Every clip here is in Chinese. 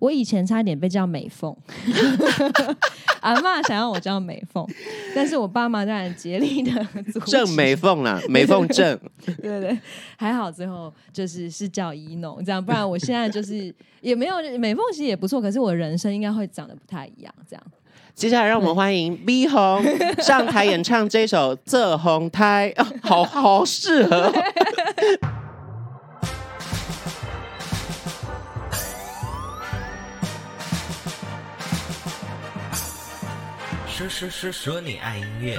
我以前差一点被叫美凤阿嬷想要我叫美凤，但是我爸妈当然竭力的郑美凤啦，美凤郑对对，还好最后是叫一农这样，不然我现在就是也没有美凤，其实也不错，可是我人生应该会长得不太一样这样。 接下来让我们欢迎 B 红上台演唱这首《这红胎》好适合说你爱音乐。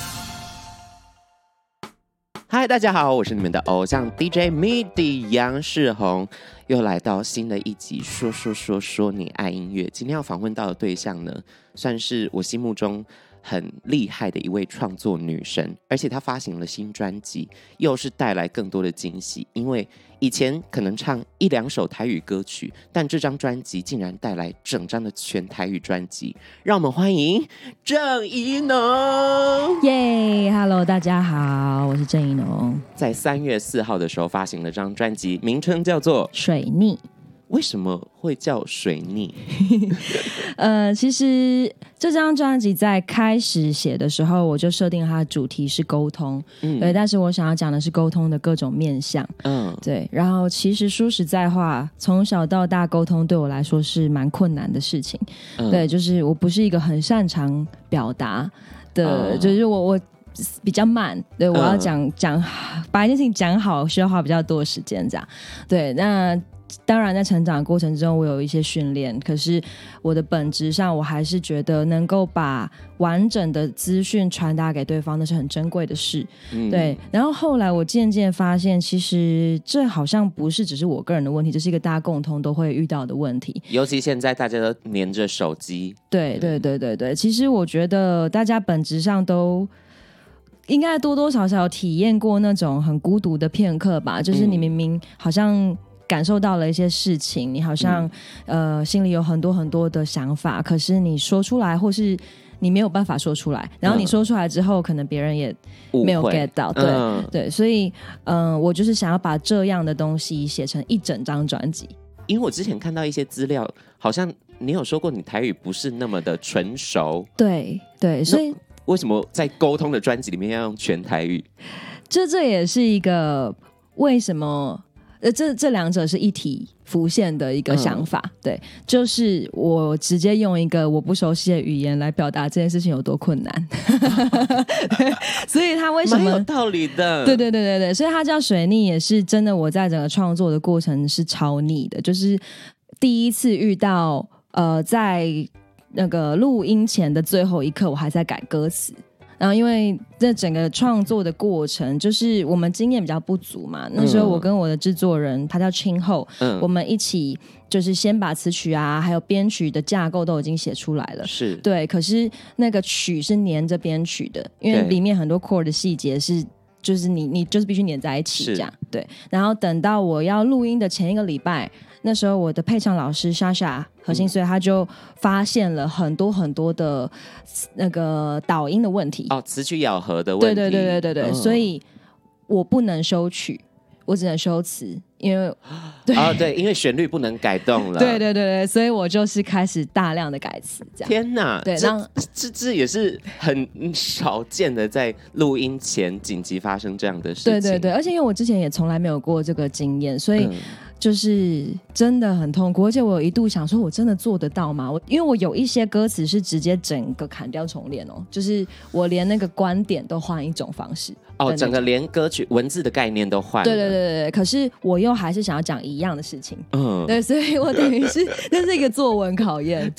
嗨，大家好，我是你们的偶像 DJ MIDI 杨世宏，又来到新的一集说你爱音乐。今天要访问到的对象呢，算是我心目中很厉害的一位创作女神，而且她发行了新专辑，又是带来更多的惊喜。因为以前可能唱1、2首台语歌曲，但这张专辑竟然带来整张的全台语专辑。让我们欢迎郑宜农。 耶 ，Hello， 大家好，我是郑宜农。 在3月4号的时候发行了这张专辑，名称叫做 《水逆》。 为什么会叫水逆？ 其实这张专辑在开始写的时候，我就设定它的主题是沟通，对，但是我想要讲的是沟通的各种面向，对。然后其实说实在话，从小到大沟通对我来说是蛮困难的事情，对，就是我不是一个很擅长表达的，就是我比较慢，对，我要把一件事情讲好，需要花比较多的时间，这样，对，那。当然在成长的过程中我有一些训练，可是我的本质上我还是觉得能够把完整的资讯传达给对方那是很珍贵的事，对。然后后来我渐渐发现其实这好像不是只是我个人的问题，这是一个大家共同都会遇到的问题， 尤其现在大家都黏着手机， 对，其实我觉得大家本质上都应该多多少少体验过那种很孤独的片刻吧，就是你明明好像感受到了一些事情，你好像心里有很多很多的想法，可是你说出来或是你没有办法说出来，然后你说出来之后可能别人也没有 get 到，对，所以我就是想要把这样的东西写成一整张专辑。 因为我之前看到一些资料，好像你有说过你台语不是那么的纯熟， 对，所以为什么在沟通的专辑里面要用全台语？ 这也是一个为什么这两者是一体浮现的一个想法，对，就是我直接用一个我不熟悉的语言来表达这件事情有多困难所以他为什么蛮有道理的， 对，所以他叫水逆也是真的，我在整个创作的过程是超逆的，就是第一次遇到在那个录音前的最后一刻我还在改歌词，然后因为这整个创作的过程就是我们经验比较不足嘛，那时候我跟我的制作人他叫青后，我们一起就是先把词曲啊还有编曲的架构都已经写出来了， 是对，可是那个曲是连着编曲的，因为里面很多 chord 的细节是就是你就是必须连在一起这样，对。然后等到我要录音的前一个礼拜，那时候我的配唱老师莎莎何心碎他就发现了很多很多的那个导音的问题， 词曲咬合的问题， 对，所以我不能收曲，我只能收词，因为对，因为旋律不能改动了， 对，所以我就是开始大量的改词，这样。 天哪， 对， 这也是很少见的，在录音前紧急发生这样的事情， 对，而且因为我之前也从来没有过这个经验，所以就是真的很痛苦，而且我有一度想说我真的做得到吗？因为我有一些歌词是直接整个砍掉重练哦，就是我连那个观点都换一种方式， 整个连歌曲文字的概念都换了， 对，可是我又还是想要讲一样的事情，对，所以我等于是那是一个作文考验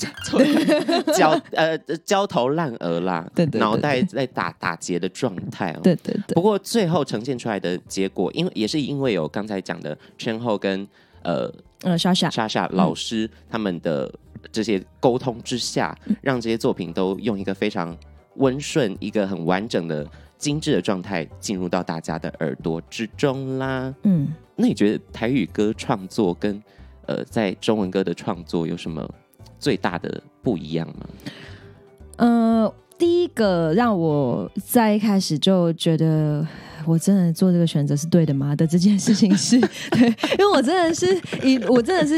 焦头烂额啦， 对， 脑袋在打结的状态， 对， 不过最后呈现出来的结果，也是因为有刚才讲的圈后跟莎莎老师他们的这些沟通之下，让这些作品都用一个非常温顺、一个很完整的精致的状态进入到大家的耳朵之中啦。那你觉得台语歌创作跟在中文歌的创作有什么最大的不一样吗？ 第一个让我在一开始就觉得我真的做这个选择是对的吗的这件事情是对，因为我真的是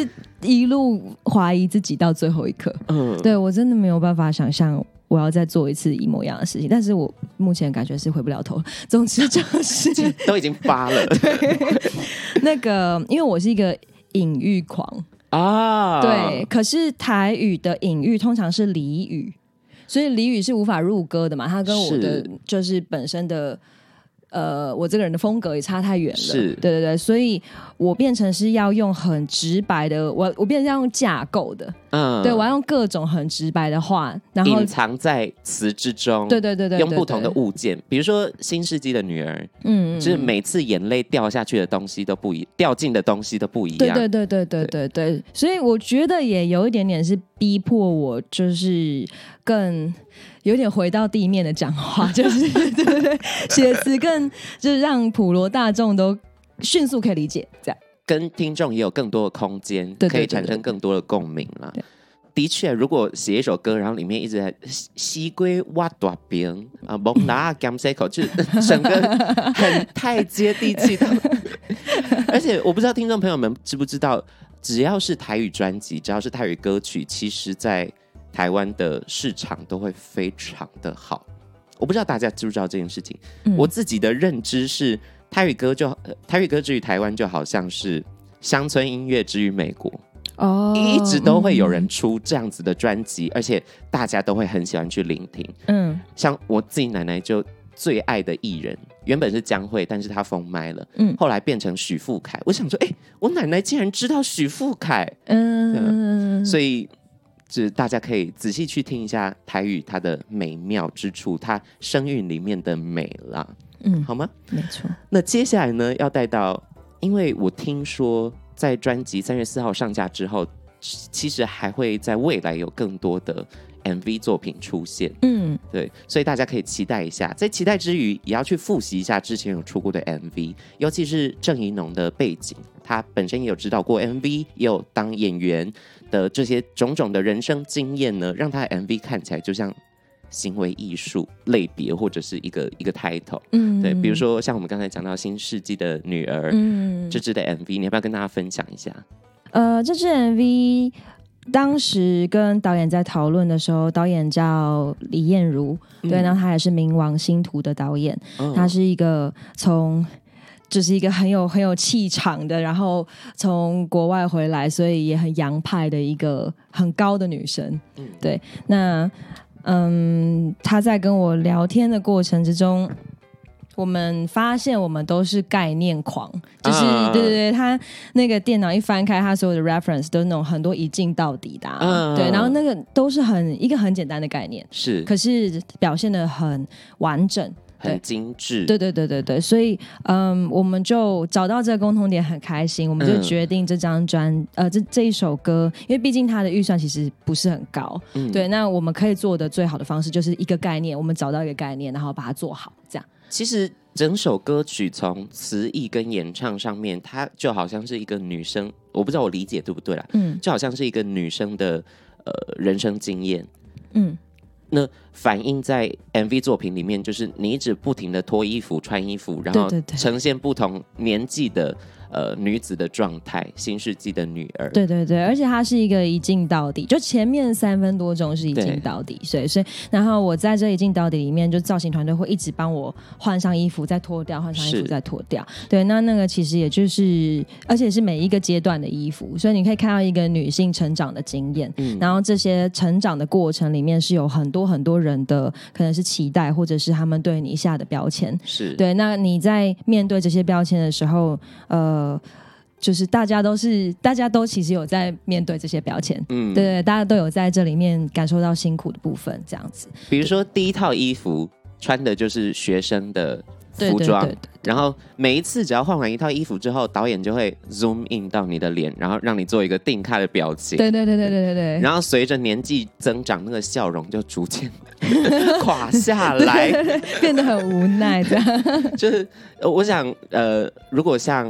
一路怀疑自己到最后一刻。对，我真的没有办法想象我要再做一次一模一样的事情，但是我目前感觉是回不了头。总之就是都已经发了。 那个，因为我是一个隐喻狂啊，对，可是台语的隐喻通常是俚语，所以俚语是无法入歌的嘛，它跟我的就是本身的。我这个人的风格也差太远了， 是， 对对对，所以我变成是要用很直白的，我变成要用架构的，对，我要用各种很直白的话，然后隐藏在词之中， 对对对 对， 用不同的物件，比如说新世纪的女儿，就是每次眼泪掉下去的东西都不一，掉进的东西都不一样， 对对对对对对对，所以我觉得也有一点点是逼迫我，就是更。有点回到地面的讲话，就是对对对，写词更就是让普罗大众都迅速可以理解，这样跟听众也有更多的空间，对对对对，可以产生更多的共鸣啦。的确，如果写一首歌，然后里面一直在西龟挖大饼啊，蒙拿甘塞口，就是整个很太接地气的。而且我不知道听众朋友们知不知道，只要是台语专辑，只要是台语歌曲，其实在台湾的市场都会非常的好，我不知道大家知不知道这件事情。我自己的认知是，台语歌之于台湾就好像是乡村音乐之于美国，一直都会有人出这样子的专辑，而且大家都会很喜欢去聆听。像我自己奶奶就最爱的艺人，原本是江蕙，但是她封麦了，后来变成许富凯。我想说，我奶奶竟然知道许富凯，所以。就是大家可以仔细去听一下台语它的美妙之处，它声韵里面的美啦，好吗？ 没错。 那接下来呢，要带到，因为我听说在专辑3月4号上架之后，其实还会在未来有更多的 MV 作品出现，对，所以大家可以期待一下。在期待之余，也要去复习一下之前有出过的 MV， 尤其是郑宜农的背景，他本身也有指导过 MV， 也有当演员的这些种种的人生经验呢，让他的 MV 看起来就像行为艺术类别，或者是一个 title，对，比如说像我们刚才讲到新世纪的女儿，这支的 MV， 你要不要跟大家分享一下？ 这支 MV 当时跟导演在讨论的时候，导演叫李燕如，对，然后他也是冥王星途的导演，他是一个就是一个很有气场的，然后从国外回来，所以也很洋派的一个很高的女生。对，那她在跟我聊天的过程之中，我们发现我们都是概念狂，就是对对对，他那个电脑一翻开，他所有的 reference 都是那种很多一镜到底的，对，然后那个都是一个很简单的概念， 是， 可是表现得很完整。 很精致， 对对对对对，所以我们就找到这个共同点，很开心，我们就决定这张这一首歌，因为毕竟它的预算其实不是很高，对，那我们可以做的最好的方式就是一个概念，我们找到一个概念，然后把它做好，这样。 其实整首歌曲从词意跟演唱上面，它就好像是一个女生，我不知道我理解对不对啦，就好像是一个女生的人生经验，那反映在 MV 作品里面，就是你一直不停的脱衣服、穿衣服，然后呈现不同年纪的女子的状态，新世纪的女儿。 对对对，而且它是一个一镜到底，就前面3分多钟是一镜到底，所以然后我在这一镜到底里面，就造型团队会一直帮我换上衣服，再脱掉，换上衣服再脱掉。对，那个其实也就是，而且是每一个阶段的衣服，所以你可以看到一个女性成长的经验。然后这些成长的过程里面是有很多很多人的可能是期待，或者是他们对你下的标签。 是对，那你在面对这些标签的时候，就是大家都其实有在面对这些标签，对对，大家都有在这里面感受到辛苦的部分，这样子。 比如说第一套衣服穿的就是学生的服装，对对对对，然后每一次只要换完一套衣服之后，导演就会 zoom in 到你的脸，然后让你做一个定卡的表情， 对对对对对对对， 然后随着年纪增长，那个笑容就逐渐垮下来， 对对对，变得很无奈这样。 就是我想如果像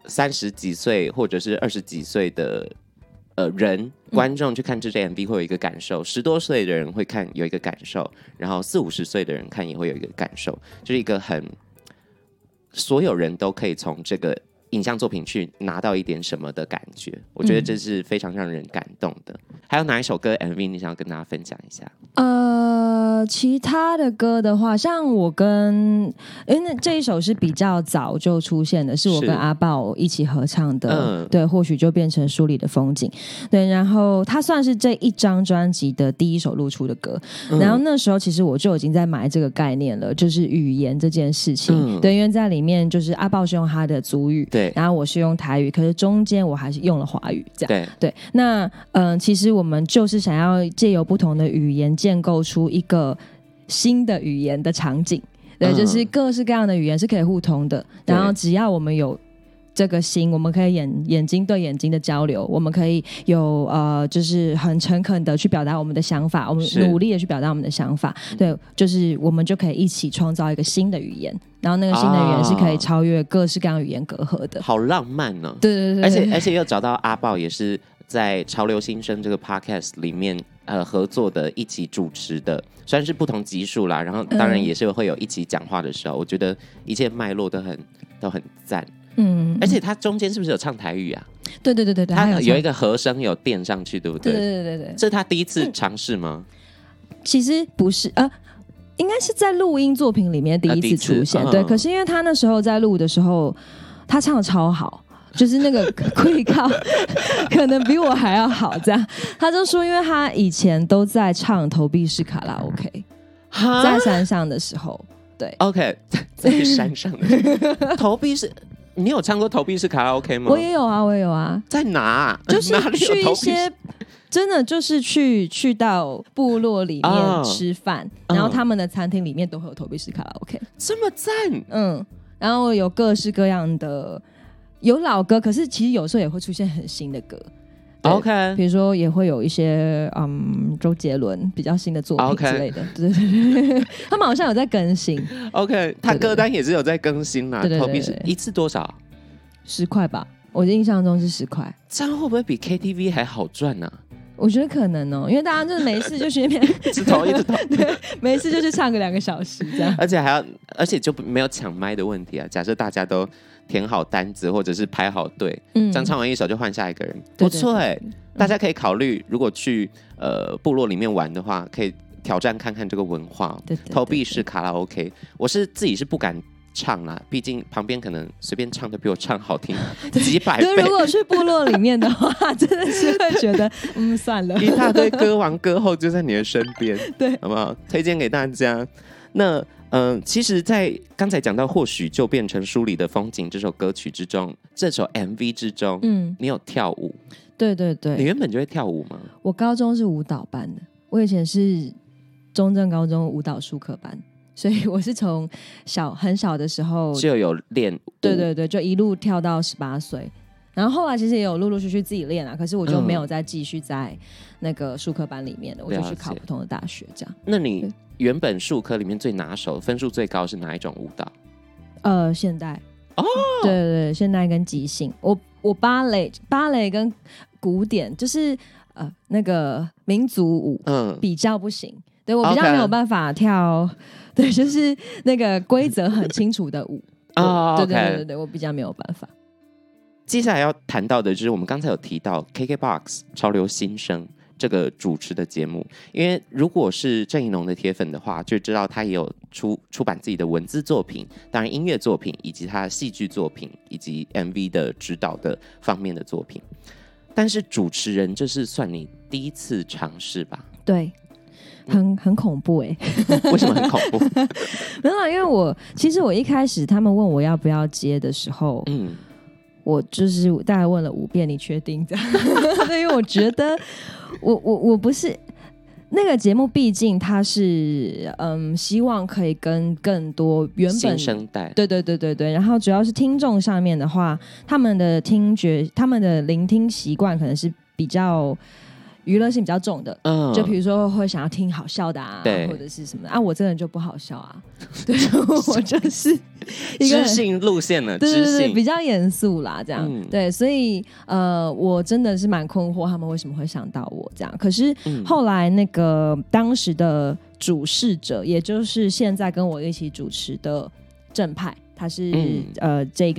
30几岁或者是20几岁的观众去看这支 MV 会有一个感受，10多岁的人会看有一个感受，然后40、50岁的人看也会有一个感受，就是一个很所有人都可以从这个影像作品去拿到一点什么的感觉，我觉得这是非常让人感动的。还有哪一首歌 MV 你想要跟大家分享一下？ 其他的歌的话，像我跟因为这一首是比较早就出现的，是我跟阿豹一起合唱的，对，或许就变成书里的风景，对，然后它算是这一张专辑的第一首露出的歌，然后那时候其实我就已经在埋这个概念了，就是语言这件事情，对，因为在里面就是阿豹是用他的族语，对，然后我是用台语，可是中间我还是用了华语，这样，对，那其实我们就是想要借由不同的语言建构出一个新的语言的场景，对，就是各式各样的语言是可以互通的，然后只要我们有这个心，我们可以眼睛对眼睛的交流，我们可以有就是很诚恳的去表达我们的想法，我们努力的去表达我们的想法，对，就是我们就可以一起创造一个新的语言，然后那个新的语言是可以超越各式各样语言隔阂的， 好浪漫哦！ 对对对， 而且又找到阿豹，也是在潮流新生这个 podcast 里面合作的，一起主持的，虽然是不同集数啦，然后当然也是会有一起讲话的时候，我觉得一切脉络都很赞。而且他中间是不是有唱台语啊？ 对对对对对， 他有一个和声有垫上去，对不对？ 对对对对， 这是他第一次尝试吗？ 其实不是，应该是在录音作品里面第一次出现，对。可是因为他那时候在录的时候，他唱得超好。就是那个会靠可能比我还要好，这样他就说，因为他以前都在唱投币式卡拉 OK， 在山上的时候，对 ，OK， 在山上的时候投币式，你有唱过投币式卡拉 OK 吗？ 我也有啊，我也有啊， 在哪？ 就是去一些真的就是去到部落里面吃饭，然后他们的餐厅里面都会有投币式卡拉 OK， 这么赞， 然后有各式各样的。有老歌，可是其实有时候也会出现很新的歌 ，OK， 比如说也会有一些周杰伦比较新的作品之类的，对对对，他们好像有在更新 ，OK， 他歌单也是有在更新啦，投币是一次多少 ？10块吧，我的印象中是10块， 这样会不会比 KTV 还好赚呢？ 我觉得可能因为大家就是没事就去那边一直投， 对，没事就去唱个2个小时这样， 而且就没有抢麦的问题啊。假设大家都填好单子或者是排好队，这样唱完一首就换下一个人，不错哎。大家可以考虑，如果去部落里面玩的话，可以挑战看看这个文化，投币式卡拉 OK。我自己是不敢唱啦，毕竟旁边可能随便唱都比我唱好听几百倍。 如果去部落里面的话，真的是会觉得算了， 一大堆歌王歌后就在你的身边， 对， 好不好？推荐给大家。那其实，在刚才讲到或许就变成书里的风景这首歌曲之中，这首 MV 之中，你有跳舞？ 对对对， 你原本就会跳舞吗？ 我高中是舞蹈班的，我以前是中正高中舞蹈术科班。所以我是从很小的时候就有练舞， 对对对，就一路跳到18岁，然后后来其实也有陆陆续续自己练啊，可是我就没有再继续在那个术科班里面的，我就去考不同的大学这样。 那你原本术科里面最拿手、分数最高是哪一种舞蹈？ 现代哦，对对对，现代跟即兴，我芭蕾跟古典就是那个民族舞，比较不行。对，我比较没有办法跳，对，就是那个规则很清楚的舞。对对对对，我比较没有办法。 接下来要谈到的就是我们刚才有提到 KKBOX 潮流新生这个主持的节目，因为如果是郑宜农的铁粉的话，就知道他也有出版自己的文字作品，当然音乐作品，以及他的戏剧作品，以及 MV 的指导的方面的作品。但是主持人这是算你第一次尝试吧？ 对。很恐怖欸为什么很恐怖？ 没有，因为其实我一开始他们问我要不要接的时候，我就是大概问了5遍，你确定这样？因为我觉得我不是那个节目，毕竟它是希望可以跟更多原本新生代， 对对对对对，然后主要是听众上面的话，他们的听觉、他们的聆听习惯可能是比较娱乐性比较重的，就比如说会想要听好笑的啊，或者是什么的啊，我这个人就不好笑啊，对，我就是一个知性路线了， 对对对，比较严肃啦，这样，对，所以我真的是蛮困惑他们为什么会想到我这样，可是后来那个当时的主事者，也就是现在跟我一起主持的正派，他是这个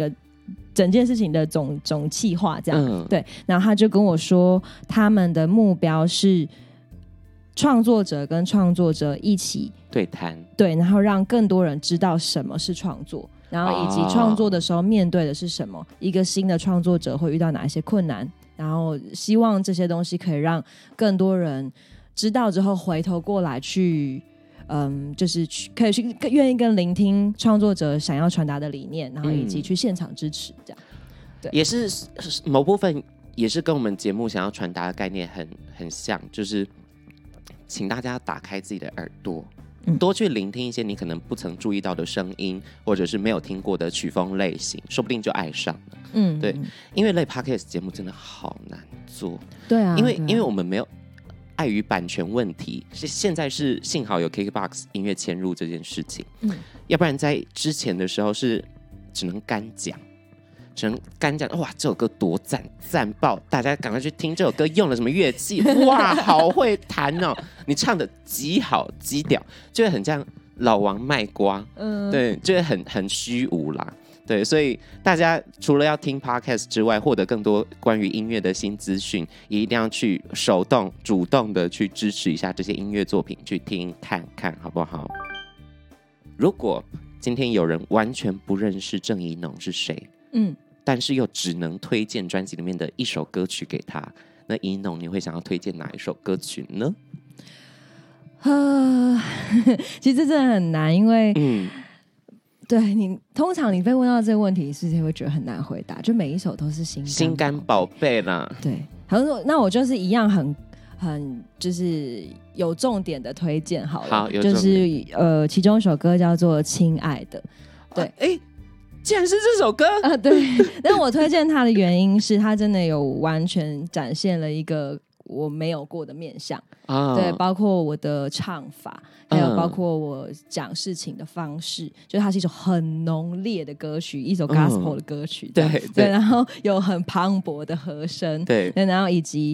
整件事情的总企划这样。对，然后他就跟我说他们的目标是创作者跟创作者一起对谈， 对，然后让更多人知道什么是创作，然后以及创作的时候面对的是什么，一个新的创作者会遇到哪一些困难，然后希望这些东西可以让更多人知道之后回头过来去就是可以去愿意跟聆听创作者想要传达的理念，然后以及去现场支持这样。对， 也是某部分也是跟我们节目想要传达的概念很像，就是请大家打开自己的耳朵，多去聆听一些你可能不曾注意到的声音，或者是没有听过的曲风类型，说不定就爱上了。对，音乐类 Podcast 节目真的好难做。 对啊， 因为我们没有碍于版权问题，现在是幸好有 KKBOX 音乐嵌入这件事情，要不然在之前的时候是只能干讲。哇，这首歌多赞，赞爆！大家赶快去听这首歌用了什么乐器？哇，好会弹哦！你唱的极好极屌，就会很像老王卖瓜，对，就会很虚无啦。对，所以大家除了要听 podcast 之外，获得更多关于音乐的新资讯，也一定要去主动的去支持一下这些音乐作品，去听看看，好不好？如果今天有人完全不认识郑宜农是谁，但是又只能推荐专辑里面的一首歌曲给他，那宜农你会想要推荐哪一首歌曲呢？ 其实这真的很难，因为对你通常你被问到这个问题，是不是会觉得很难回答？就每一首都是心肝宝贝啦。 对，好，那我就是一样很就是有重点的推荐好了。 好， 就是其中一首歌叫做《亲爱的》。对， 竟然是这首歌啊！对，但我推荐它的原因是，它真的有完全展现了一个我没有过的面向啊，对，包括我的唱法，还有包括我讲事情的方式，就它是一首很浓烈的歌曲，一首 gospel 的歌曲，对，然后有很磅礴的和声， 对， 然后以及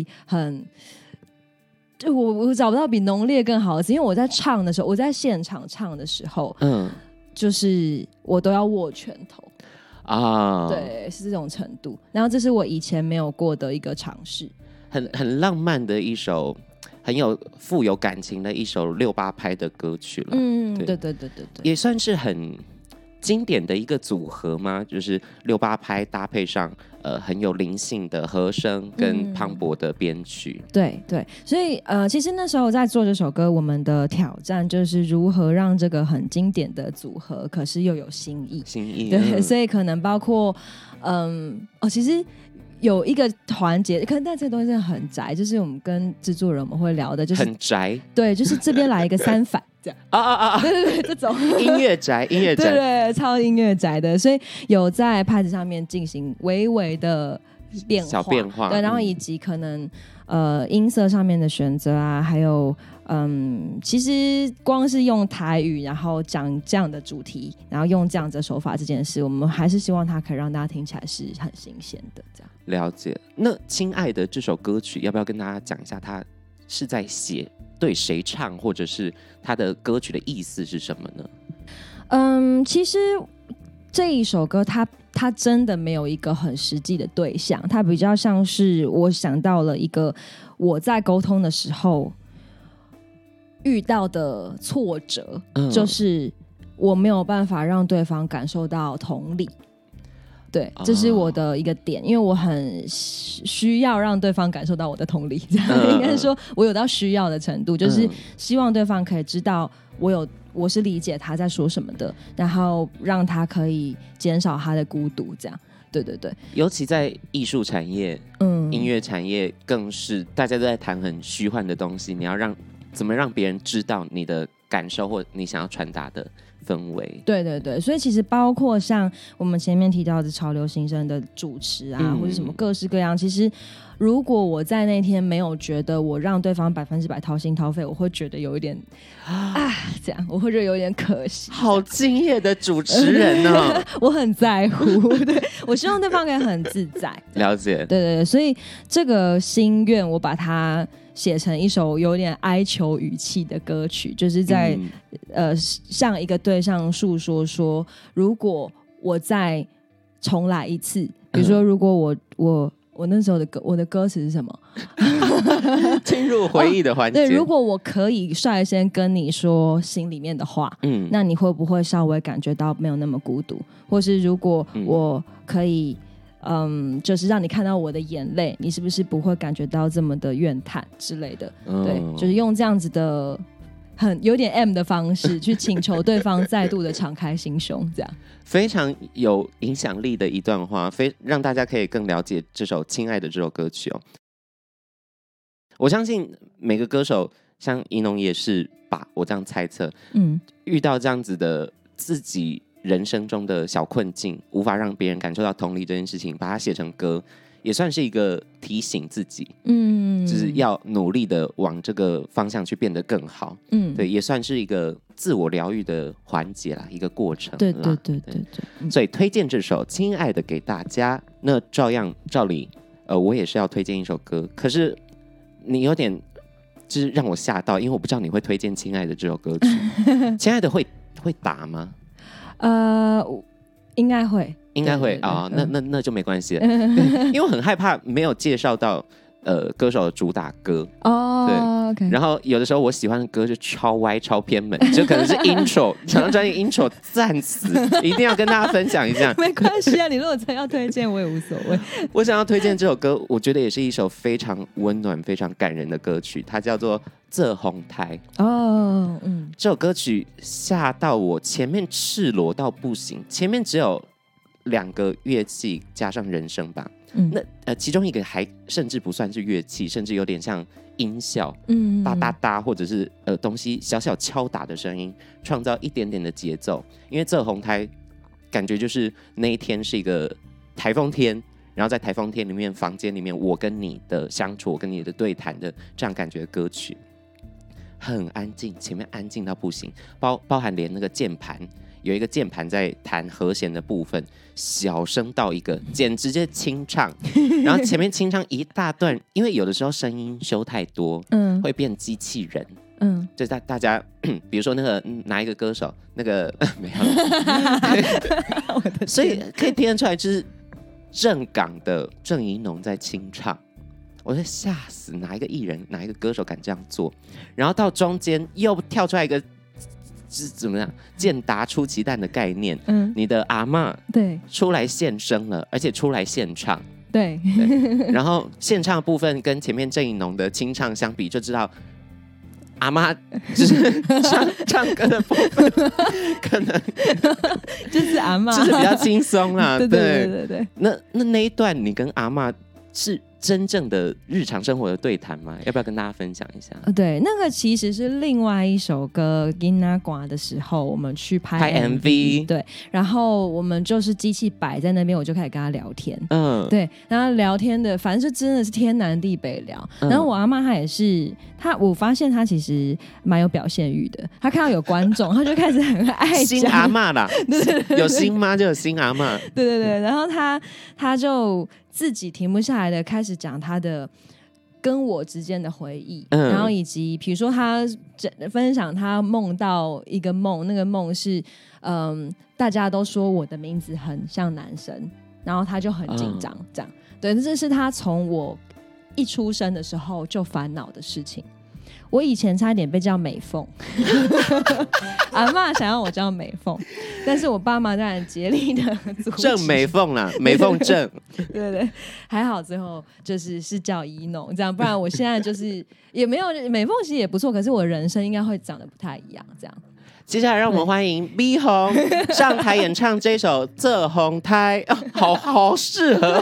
就我找不到比浓烈更好的词，因为我在唱的时候，我在现场唱的时候，就是我都要握拳头啊，对，是这种程度。然后这是我以前没有过的一个尝试， 很浪漫的一首，很有富有感情的一首6/8拍的歌曲了。对，也算是很经典的一个组合吗？就是6/8拍搭配上很有灵性的和声跟磅礴的编曲。 对，所以其实那时候在做这首歌，我们的挑战就是如何让这个很经典的组合，可是又有新意。对，所以可能包括其实有一个环节，可能但这个东西真的很宅，就是我们跟制作人我们会聊的，就是很宅。 对，就是这边来一个3反。对，这种音乐宅， 对，超音乐宅的，所以有在拍子上面进行微微的小变化， 对，然后以及可能音色上面的选择啊，还有其实光是用台语，然后讲这样的主题，然后用这样子的手法这件事，我们还是希望它可以让大家听起来是很新鲜的。这样了解。那《亲爱的》这首歌曲，要不要跟大家讲一下，它是在写对谁唱，或者是它的歌曲的意思是什么呢？ 其实这一首歌它真的没有一个很实际的对象，它比较像是我想到了一个我在沟通的时候遇到的挫折，就是我没有办法让对方感受到同理。对，这是我的一个点，因为我很需要让对方感受到我的同理，这样应该说我有到需要的程度，就是希望对方可以知道我是理解他在说什么的，然后让他可以减少他的孤独，这样。对， 尤其在艺术产业，音乐产业更是大家都在谈很虚幻的东西，你要怎么让别人知道你的感受或你想要传达的氛围。 对，所以其实包括像我们前面提到的潮流新生的主持啊，或者什么各式各样，其实如果我在那天没有觉得我让对方100%掏心掏肺，我会觉得有一点这样我会觉得有点可惜。 好敬业的主持人哦我很在乎对，我希望对方可以很自在。 了解。 对，所以这个心愿我把它写成一首有点哀求语气的歌曲，就是在向一个对象诉说，如果我在重来一次。比如说，如果我那时候我的歌词是什么？ 进入回忆的环节。 对，如果我可以率先跟你说心里面的话，那你会不会稍微感觉到没有那么孤独？或是如果我可以，就是让你看到我的眼泪，你是不是不会感觉到这么的怨叹之类的？对，就是用这样子的有点 M 的方式去请求对方再度的敞开心胸，这样。 非常有影响力的一段话，让大家可以更了解这首《亲爱的》这首歌曲哦。我相信每个歌手，像宜农也是吧，我这样猜测，遇到这样子的自己人生中的小困境，无法让别人感受到同理这件事情，把它写成歌，也算是一个提醒自己，就是要努力的往这个方向去变得更好，对，也算是一个自我疗愈的环节啦，一个过程啦， 对， 所以推荐这首《亲爱的》给大家。那照理，我也是要推荐一首歌，可是你有点就是让我吓到，因为我不知道你会推荐《亲爱的》这首歌曲。亲爱的会打吗？ 应该会啊，那就没关系了，因为我很害怕没有介绍到歌手的主打歌哦，对 ，okay. 然后有的时候我喜欢的歌就超歪超偏门，就可能是 intro， 整张专辑 intro 赞死，一定要跟大家分享一下。 没关系啊，你如果真要推荐我也无所谓。 我想要推荐这首歌，我觉得也是一首非常温暖、非常感人的歌曲，它叫做《这红台》哦，这首歌曲吓到我，前面赤裸到不行，前面只有2个乐器加上人声吧。那其中一个还甚至不算是乐器，甚至有点像音效，哒哒哒，或者是东西小小敲打的声音，创造一点点的节奏。因为这红台感觉就是那一天是一个台风天，然后在台风天里面房间里面我跟你的相处，我跟你的对谈的这样感觉的歌曲，很安静，前面安静到不行，包含连那个键盘。有一个键盘在弹和弦的部分，小声到一个简直就是清唱，然后前面清唱一大段，因为有的时候声音修太多，会变机器人，就大家，比如说那个哪一个歌手，那个没有，所以可以听得出来，就是正港的郑宜农在清唱，我就吓死，哪一个艺人，哪一个歌手敢这样做？然后到中间又跳出来一个。是怎么样？健达出奇蛋的概念，你的阿嬷对出来现身了，而且出来现唱， 对， 然后现唱的部分跟前面郑宜农的清唱相比，就知道阿嬷就是唱歌的部分可能就是阿嬷， 就是比较轻松啦。 对。 那一段你跟阿嬷是真正的日常生活的对谈吗？要不要跟大家分享一下？ 对，那个其实是另外一首歌《Gina Gua》的时候，我们去拍 MV， 对，然后我们就是机器摆在那边，我就开始跟他聊天，对，然后聊天的，反正就真的是天南地北聊。然后我阿嬷她也是，我发现她其实蛮有表现欲的，她看到有观众，她就开始很爱讲新阿嬷啦，有新妈就有新阿嬷， 对，然后她就自己停不下来的开始讲他的跟我之间的回忆，然后以及比如说他分享他梦到一个梦，那个梦是大家都说我的名字很像男生，然后他就很紧张，这样对，这是他从我一出生的时候就烦恼的事情。我以前差一点被叫美凤，阿嬷想要我叫美凤，但是我爸妈当然竭力的阻止。 郑美凤啦，美凤郑， 对，还好最后是叫宜农这样，不然我现在就是也没有美凤其实也不错，可是我人生应该会长得不太一样这样。 接下来让我们欢迎 B 红上台演唱这首《这红台》，好适合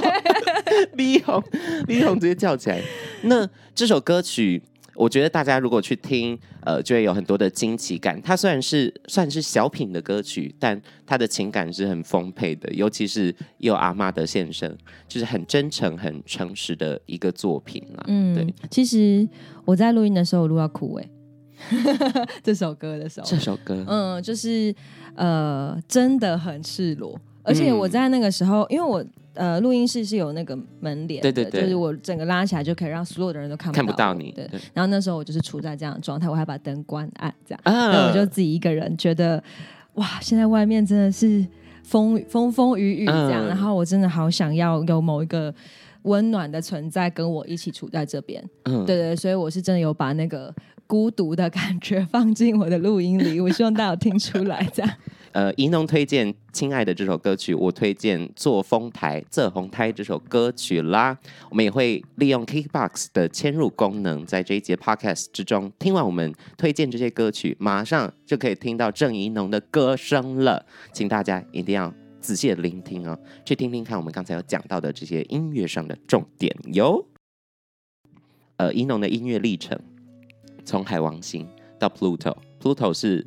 B 红直接叫起来。那这首歌曲。我觉得大家如果去听，就会有很多的惊奇感。它虽然算是小品的歌曲，但它的情感是很丰沛的，尤其是有阿嬷的现身，就是很真诚、很诚实的一个作品啦。对。 其实我在录音的时候，我录到哭这首歌的时候， 这首歌， 就是真的很赤裸，而且我在那个时候，因为我。录音室是有那个门帘的，对，就是我整个拉起来就可以让所有的人都看不到你。对，然后那时候我就是处在这样的状态，我还把灯关暗，这样，然后我就自己一个人觉得，哇，现在外面真的是风雨这样，然后我真的好想要有某一个温暖的存在跟我一起处在这边。对对，所以我是真的有把那个孤独的感觉放进我的录音里，我希望大家有听出来这样。 怡农推荐《亲爱的》这首歌曲，我推荐《做风台这红台》这首歌曲啦。我们也会利用 KKBOX 的嵌入功能，在这一节 Podcast 之中，听完我们推荐这些歌曲，马上就可以听到郑怡农的歌声了。请大家一定要仔细的聆听哦，去听听看我们刚才有讲到的这些音乐上的重点哟。怡农的音乐历程，从海王星到 Pluto 是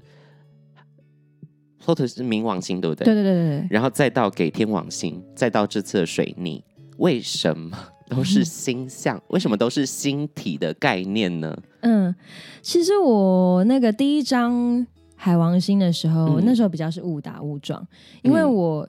冥王星，对不对？ 对对对对。 然后再到给天王星，再到这次的水逆，为什么都是星象？为什么都是星体的概念呢？ 其实我那个第一张海王星的时候，那时候比较是误打误撞，因为我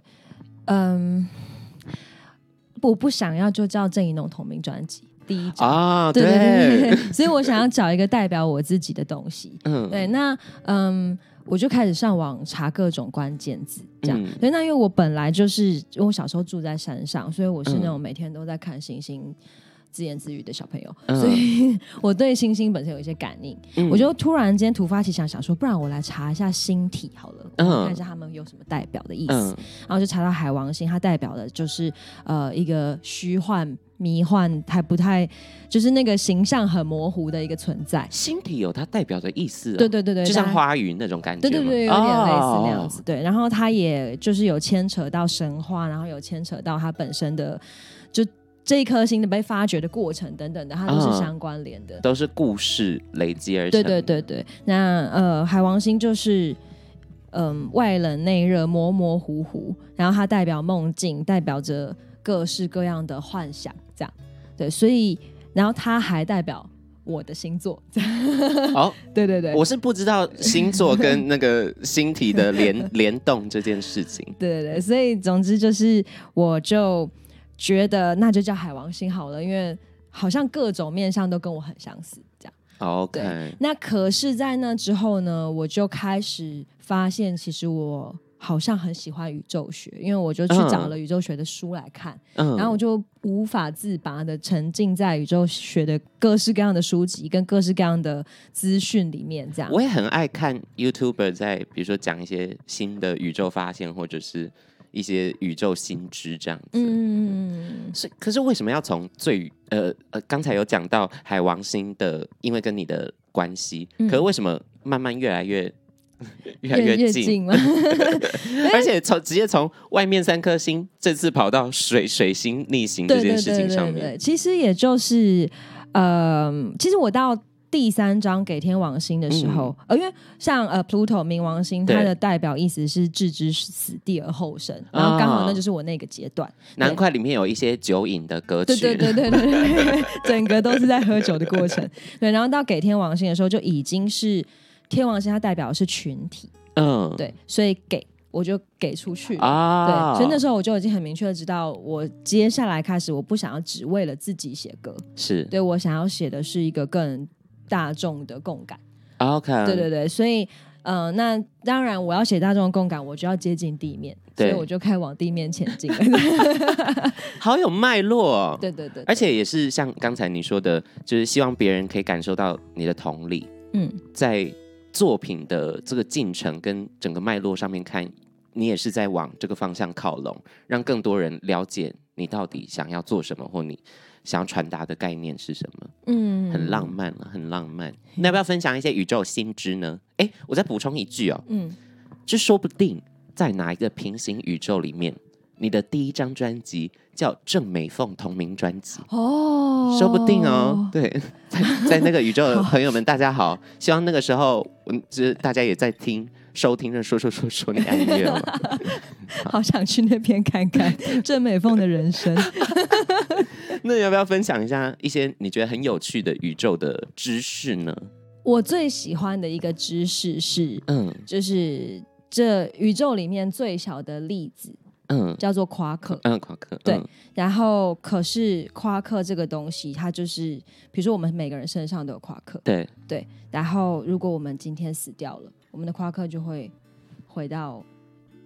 不想要就叫郑怡农同名专辑。第一张啊，对对对，所以我想要找一个代表我自己的东西。对，那我就开始上网查各种关键字，这样。对，那因为我本来就是因为我小时候住在山上，所以我是那种每天都在看星星自言自语的小朋友，所以我对星星本身有一些感应。我就突然间突发奇想，想说，不然我来查一下星体好了，看一下他们有什么代表的意思。然后就查到海王星，它代表的就是一个虚幻、迷幻，还不太就是那个形象很模糊的一个存在。 星体有它代表的意思， 对对对对， 就像花语那种感觉。 对对对，有点类似那样子。对，然后它也就是有牵扯到神话，然后有牵扯到它本身的就。这一颗星的被发掘的过程等等的，它都是相关联的， 都是故事累积而成。 对对对对，那海王星就是外冷内热、模模糊糊，然后它代表梦境，代表着各式各样的幻想，这样对，所以然后它还代表我的星座。 哦， 对对对， 我是不知道星座跟那个星体的联动这件事情。 对对对，所以总之就是我就。觉得那就叫海王星好了，因为好像各种面向都跟我很相似，这样。 OK。 那可是，在那之后呢，我就开始发现，其实我好像很喜欢宇宙学，因为我就去找了宇宙学的书来看，然后我就无法自拔的沉浸在宇宙学的各式各样的书籍跟各式各样的资讯里面。这样， 我也很爱看 YouTuber 在比如说讲一些新的宇宙发现，或者是。一些宇宙新知这样子，可是为什么要从刚才有讲到海王星的，因为跟你的关系，可是为什么慢慢越来越近吗？ 而且直接从外面3颗星，这次跑到水星逆行这件事情上面， 对，其实也就是其实我到。第3章给天王星的时候，因为像Pluto 冥王星，它的代表意思是置之死地而后生，然后刚好那就是我那个阶段。 难怪里面有一些酒瘾的歌曲， 对，整个都是在喝酒的过程。对，然后到给天王星的时候，就已经是天王星，它代表的是群体，对，所以我就给出去对，所以那时候我就已经很明确的知道，我接下来开始，我不想要只为了自己写歌， 是对我想要写的是一个更大众的共感。 OK， 对对对，所以那当然我要写大众的共感，我就要接近地面，所以我就开始往地面前进了。 好有脉络哦。 对对对， 而且也是像刚才你说的，就是希望别人可以感受到你的同理。在作品的这个进程跟整个脉络上面看，你也是在往这个方向靠拢，让更多人了解你到底想要做什么，或你想要传达的概念是什么。很浪漫了，很浪漫。那要不要分享一些宇宙新知呢？我再补充一句哦，就说不定在哪一个平行宇宙里面，你的第1张专辑叫郑美凤同名专辑哦，说不定哦。对，在那个宇宙的朋友们，大家好，希望那个时候就是大家也在收听着说你爱音乐了。 好想去那边看看郑美凤的人生。 那要不要分享一些你觉得很有趣的宇宙的知识呢？ 我最喜欢的一个知识是，就是这宇宙里面最小的粒子，叫做夸克， 夸克， 对。然后，可是夸克这个东西，它就是，比如说我们每个人身上都有夸克， 对。 然后，如果我们今天死掉了，我们的夸克就会回到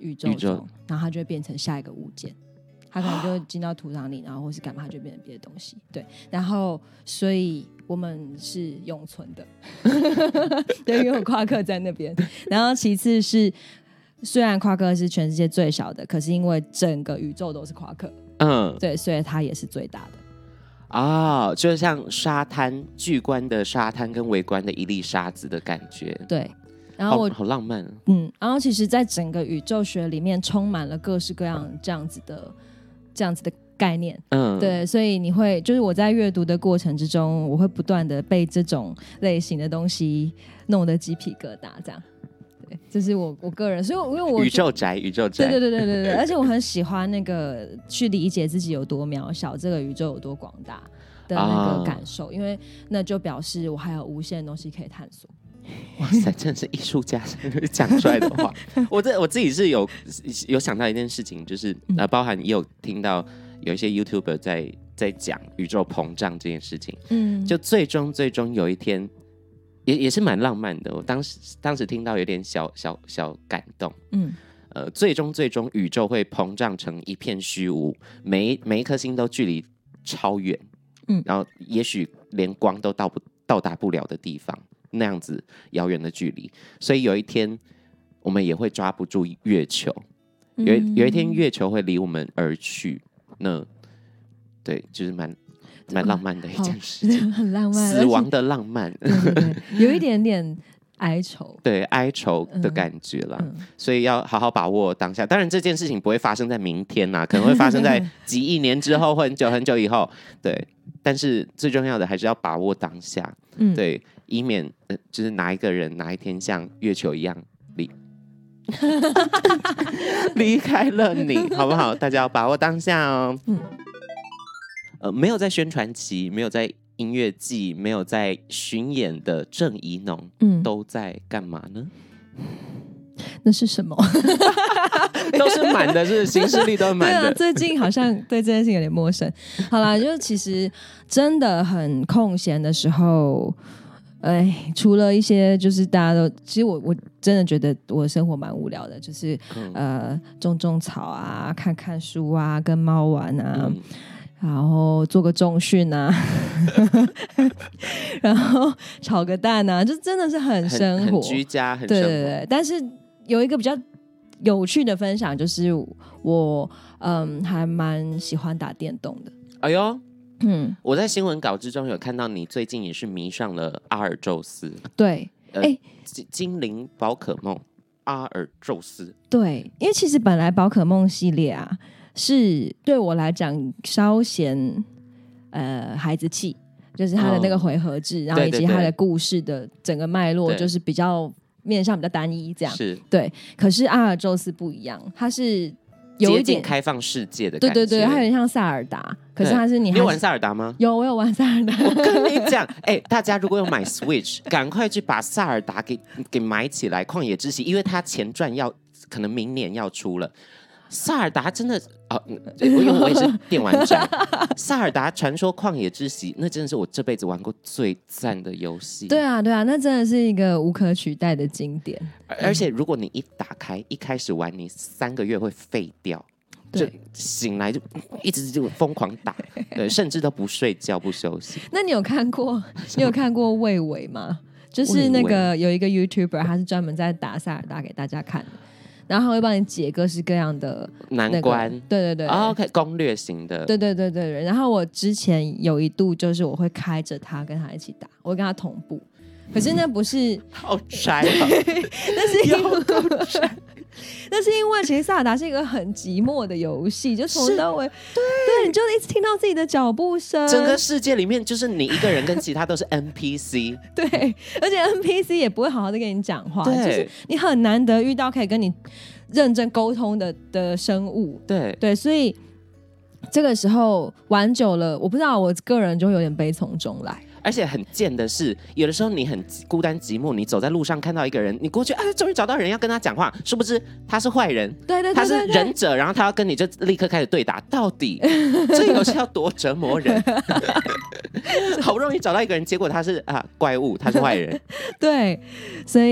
宇宙中，然后它就会变成下一个物件。它可能就会进到土壤里，然后或是干嘛，它就变成别的东西。对，然后所以我们是永存的，对，因为有夸克在那边。然后其次是，虽然夸克是全世界最小的，可是因为整个宇宙都是夸克，对，所以它也是最大的。 就像沙滩，巨观的沙滩跟微观的一粒沙子的感觉。 对。然后好浪漫。 然后其实在整个宇宙学里面充满了各式各样这样子的概念。对，所以你会就是我在阅读的过程之中，我会不断的被这种类型的东西弄得鸡皮疙瘩这样。对，这是我个人，所以因为我宇宙宅对，而且我很喜欢那个去理解自己有多渺小，这个宇宙有多广大的那个感受，因为那就表示我还有无限的东西可以探索。 哇塞，真的是艺术家讲出来的话。我自己是有想到一件事情，就是包含也有听到有一些 YouTuber 在讲宇宙膨胀这件事情。就最终有一天，也是蛮浪漫的。我当时听到有点小感动。最终宇宙会膨胀成一片虚无，每一颗星都距离超远，然后也许连光都到达不了的地方。那样子遥远的距离，所以有一天我们也会抓不住月球，有一天月球会离我们而去。那对，就是蛮浪漫的一件事情， 很浪漫， 死亡的浪漫， 对，有一点点哀愁， 对，哀愁的感觉啦。所以要好好把握当下。当然这件事情不会发生在明天啦，可能会发生在几亿年之后或很久很久以后。对，但是最重要的还是要把握当下。对，以免就是哪一个人哪一天像月球一样离开了你，好不好？大家要把握当下哦。没有在宣传期，没有在音乐季，没有在巡演的郑宜农，都在干嘛呢？ 那是什么？ 都是满的，是行事历都满的。 对啊，最近好像对这件事情有点陌生。好啦，就其实真的很空闲的时候，除了一些就是大家都，其实我真的觉得我的生活蛮无聊的，就是种草啊，看看书啊，跟猫玩啊。然后做个重训啊，然后炒个蛋啊，就真的是很生活， 很居家，很生活。 对。但是有一个比较有趣的分享，就是我还蛮喜欢打电动的。 哎呦，我在新闻稿之中有看到你最近也是迷上了阿尔宙斯。 对， 精灵宝可梦阿尔宙斯。对， 因为其实本来宝可梦系列啊，是对我来讲稍显孩子气，就是它的那个回合制，然后以及它的故事的整个脉络，就是比较面向比较单一这样。 是， 对。可是阿尔宙斯不一样，它是有一点接近开放世界的感觉。 对，它有点像萨尔达，可是它是你有玩萨尔达吗？ 有，我有玩萨尔达。 我跟你讲，大家如果有买 Switch， 赶快去把萨尔达给买起来，旷野之息，因为它前传可能明年要出了。萨尔达真的因为我也是电玩宅，萨尔达传说旷野之息，那真的是我这辈子玩过最赞的游戏。 对啊，那真的是一个无可取代的经典。 而且如果你一打开，一开始玩，你3个月会废掉，就醒来就一直就疯狂打，对，甚至都不睡觉不休息。 那你有看过魏伟吗？就是那个有一个 YouTuber， 他是专门在打萨尔达给大家看的。然后他会帮你解各式各样的难关， 对 ，OK， 攻略型的， 对。然后我之前有一度就是我会开着他跟他一起打，我会跟他同步。可是那不是好宅那是因为其实萨尔达是一个很寂寞的游戏，就从头到尾，对，你就一直听到自己的脚步声， 整个世界里面就是你一个人，跟其他都是 NPC， 对，而且 NPC 也不会好好的跟你讲话，就是你很难得遇到可以跟你认真沟通的生物，对，所以这个时候玩久了，我不知道，我个人就有点悲从中来。 而且很贱的是，有的时候你很孤单寂寞，你走在路上看到一个人，你过去，终于找到人要跟他讲话，殊不知他是坏人， 对， 他是忍者，然后他要跟你就立刻开始对打，到底这游戏要多折磨人？好不容易找到一个人，结果他是怪物，他是坏人。 对，所以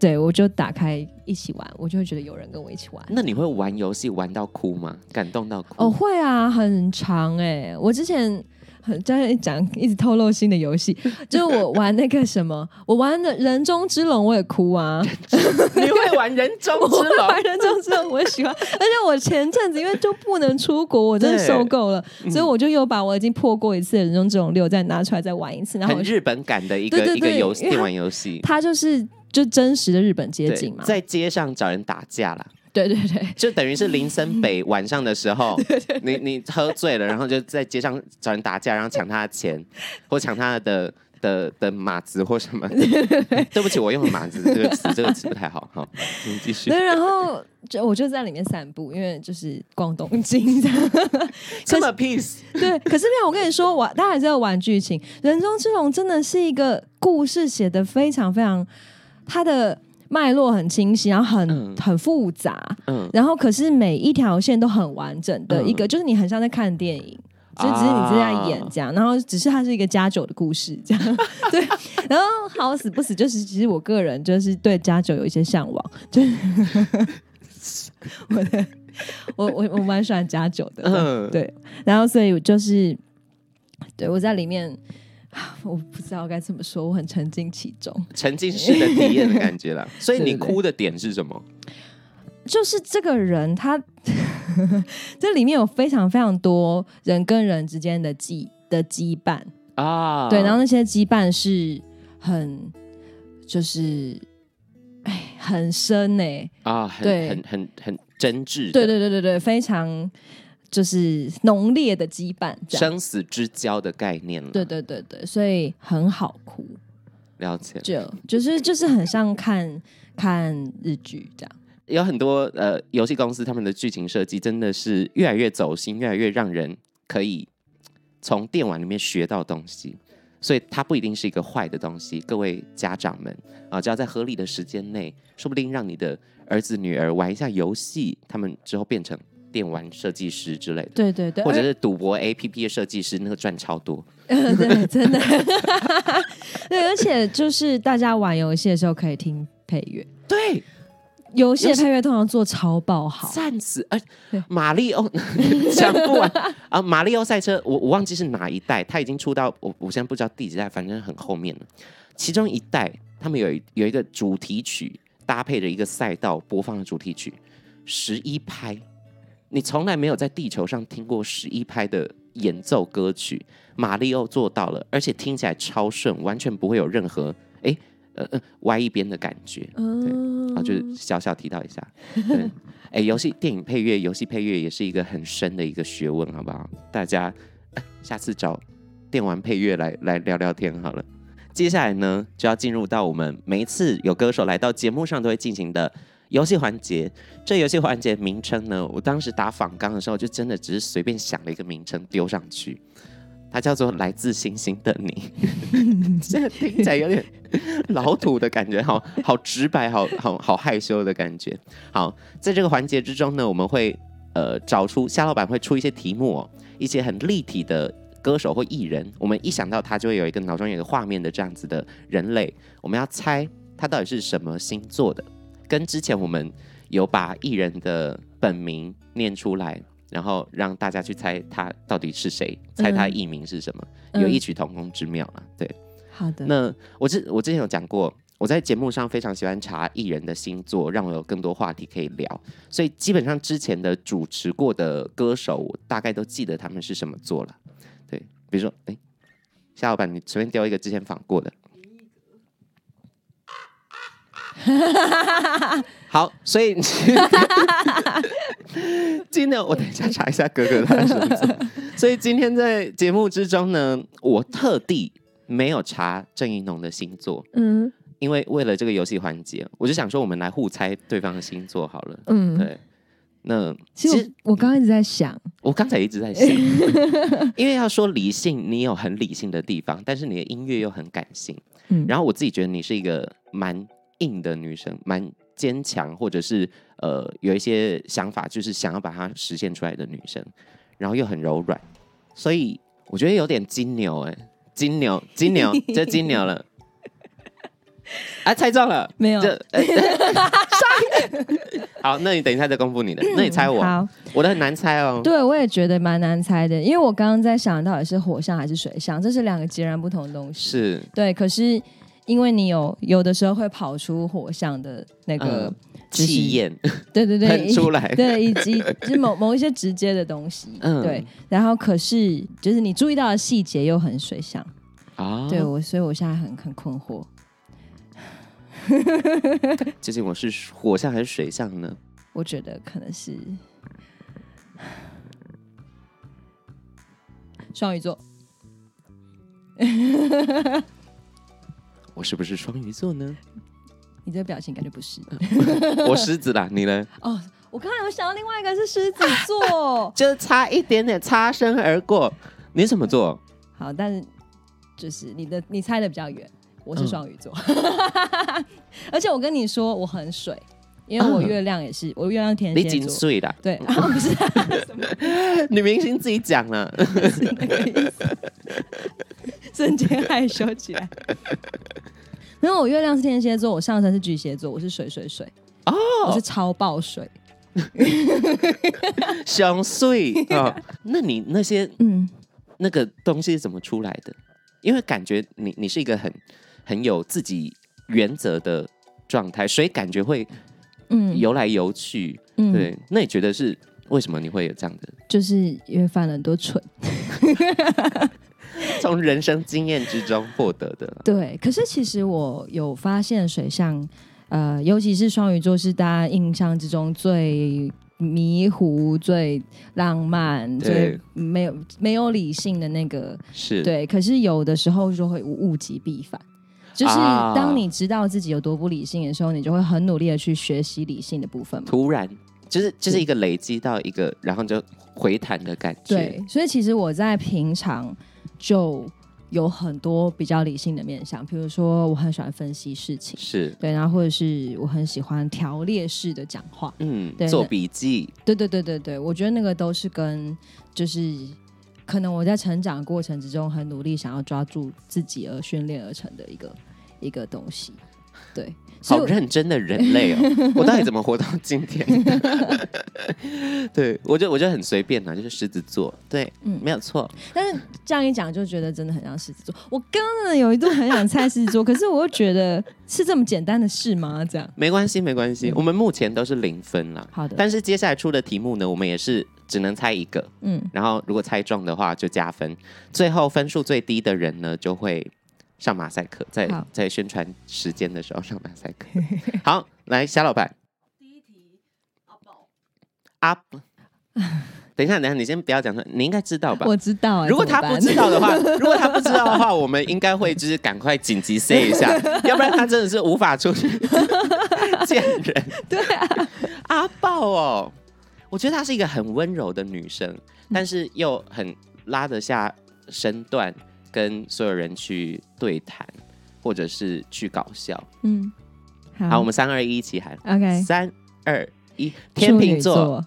对，我就打开一起玩，我就会觉得有人跟我一起玩。 那你会玩游戏玩到哭吗？感动到哭？ 哦，会啊，很长我之前这样讲一直透露新的游戏，就是我玩那个什么，我玩的人中之龙我也哭啊。 你会玩人中之龙？ 我玩人中之龙我也喜欢，而且我前阵子因为就不能出国，我真的受够了，所以我就又把我已经破过一次的人中之龙6再拿出来再玩一次，然后很日本感的一个电玩游戏， 它就真实的日本街景嘛， 在街上找人打架啦。 对对对， 就等于是林森北晚上的时候，你喝醉了，然后就在街上找人打架，然后抢他的钱，或抢他的马子或什么。对不起，我用了马子这个词不太好。好，你继续。 对，然后我就在里面散步，因为就是逛东京这么 peace。 对，可是我跟你说，大家还是要玩剧情。人中之龙真的是一个故事写得非常非常，它的脉络很清晰，然后很复杂，然后可是每一条线都很完整的一个，就是你很像在看电影，就只是你是在演这样，然后只是它是一个加酒的故事这样，对，然后好死不死就是其实我个人就是对加酒有一些向往，就是我蛮喜欢加酒的，对，然后所以就是对我在里面。我不知道该怎么说，我很沉浸其中， 沉浸式的体验的感觉啦。所以你哭的点是什么？ 就是这个人他这里面有非常非常多人跟人之间的羁绊啊，对，然后那些羁绊是很就是很深啊，很真挚的， 对对对对对，非常。就是浓烈的羁绊， 生死之交的概念了。 对对对对，所以很好哭。 了解， 就是很像看日剧这样。 有很多游戏公司他们的剧情设计真的是越来越走心，越来越让人可以从电玩里面学到东西。所以它不一定是一个坏的东西。各位家长们啊，只要在合理的时间内，说不定让你的儿子女儿玩一下游戏，他们之后变成电玩设计师之类的， 对对对， 或者是赌博 APP 的设计师，那个赚超多。 对，真的。对，而且就是大家玩游戏的时候可以听配乐， 对， 游戏的配乐通常做超爆好， 赞死！马里奥讲不完啊！马里奥赛车，我忘记是哪一代，它已经出到我现在不知道第几代，反正很后面了。其中一代他们有一个主题曲，搭配着一个赛道播放的主题曲，11拍。你从来没有在地球上听过11拍的演奏歌曲，马里奥做到了，而且听起来超顺，完全不会有任何歪一边的感觉。对，然后就是小小提到一下。对，电影配乐、游戏配乐也是一个很深的一个学问，好不好？大家下次找电玩配乐来聊聊天好了。接下来呢，就要进入到我们每一次有歌手来到节目上都会进行的游戏环节。这游戏环节名称呢，我当时打访纲的时候，就真的只是随便想了一个名称丢上去，它叫做《来自星星的你》。这个听起来有点老土的感觉，好直白，好害羞的感觉。好，在这个环节之中呢，我们会找出夏老板会出一些题目一些很立体的歌手或艺人，我们一想到他就会有一个脑中有一个画面的这样子的人类，我们要猜他到底是什么星座的。跟之前我们有把艺人的本名念出来，然后让大家去猜他到底是谁，猜他艺名是什么，有异曲同工之妙啊。对， 好的。 那我之前有讲过，我在节目上非常喜欢查艺人的星座，让我有更多话题可以聊。所以基本上之前的主持过的歌手，我大概都记得他们是什么座了。对，比如说，夏老板，你随便丢一个之前访过的。好，所以今天我等一下查一下哥哥他是什么座。所以今天在节目之中呢，我特地没有查郑宜农的星座，因为为了这个游戏环节，我就想说我们来互猜对方的星座好了。对。那其实我刚刚一直在想， 我刚才一直在想，因为要说理性，你有很理性的地方，但是你的音乐又很感性。然后我自己觉得你是一个蛮硬的女生，蛮坚强，或者是有一些想法，就是想要把它实现出来的女生，然后又很柔软，所以我觉得有点金牛金牛，这金牛了。 猜中了， 没有。 好，那你等一下再公布你的。那你猜我， 好， 我的很难猜哦。 对，我也觉得蛮难猜的，因为我刚刚在想到底是火象还是水象，这是2个截然不同的东西。是，对，可是因为你有的时候会跑出火象的那个气焰， 对对对， 喷出来， 对，以及就是某一些直接的东西，对。然后可是就是你注意到的细节又很水象啊，对所以我现在很困惑。 究竟我是火象还是水象呢？ 我觉得可能是双鱼座。 我是不是双鱼座呢？ 你这个表情感觉不是。 我狮子啦，你呢？ 哦，我刚才有想到另外一个是狮子座， 就是差一点点，擦身而过。你什么座？ 好，但是就是你猜的比较远。我是双鱼座，而且我跟你说我很水，因为我月亮也是，我月亮天蝎座。 你紧水啦？ 对，不是女明星自己讲了， 是那个意思，瞬间害羞起来。因为我月亮是天蝎座，我上升是巨蟹座，我是水哦，我是超爆水， 想水哦。那你那些那个东西是怎么出来的？因为感觉你是一个很有自己原则的状态，所以感觉会游来游去。对，那你觉得是为什么你会有这样的？就是因为犯了很多蠢， 从人生经验之中获得的。 对，可是其实我有发现水象，尤其是双鱼座，是大家印象之中最迷糊、最浪漫、最没有理性的那个， 是对。可是有的时候就会物极必反，就是当你知道自己有多不理性的时候，你就会很努力的去学习理性的部分嘛。 突然就是一个累积到一个，然后就回弹的感觉。 对，所以其实我在平常就有很多比较理性的面向，比如说我很喜欢分析事情， 是对，然后或者是我很喜欢条列式的讲话， 对，做笔记， 对，我觉得那个都是跟就是可能我在成长过程之中很努力想要抓住自己而训练而成的一个东西，对。 好认真的人类哦！我到底怎么活到今天？对，我就很随便啦，就是狮子座，对，没有错。 但是这样一讲，就觉得真的很像狮子座。我刚刚有一度很想猜狮子座，可是我又觉得是这么简单的事吗？这样没关系，我们目前都是0分啦。 好的， 但是接下来出的题目呢，我们也是只能猜一个，然后如果猜中的话就加分，最后分数最低的人呢就会上马赛克，在宣传时间的时候上马赛克。好，来夏老板， 第一题阿宝，等一下，你先不要讲出来，你应该知道吧？ 我知道， 如果他不知道的话，我们应该会就是赶快紧急 say 一下，要不然他真的是无法出去见人。 对啊， 阿豹哦，我觉得她是一个很温柔的女生，但是又很拉得下身段。跟所有人去对谈，或者是去搞笑。好，我们3、2、1一起喊。 OK， 3、2、1，天秤座。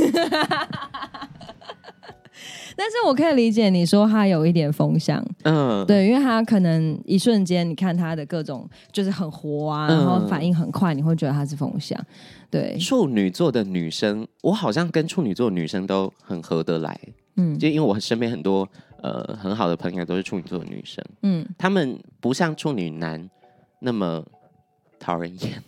但是我可以理解你说他有一点风向，对，因为他可能一瞬间，你看他的各种就是很活啊，然后反应很快，你会觉得他是风向。对， 处女座的女生，我好像跟处女座的女生都很合得来。就因为我身边很多很好的朋友都是处女座的女生，她们不像处女男那么讨人厌，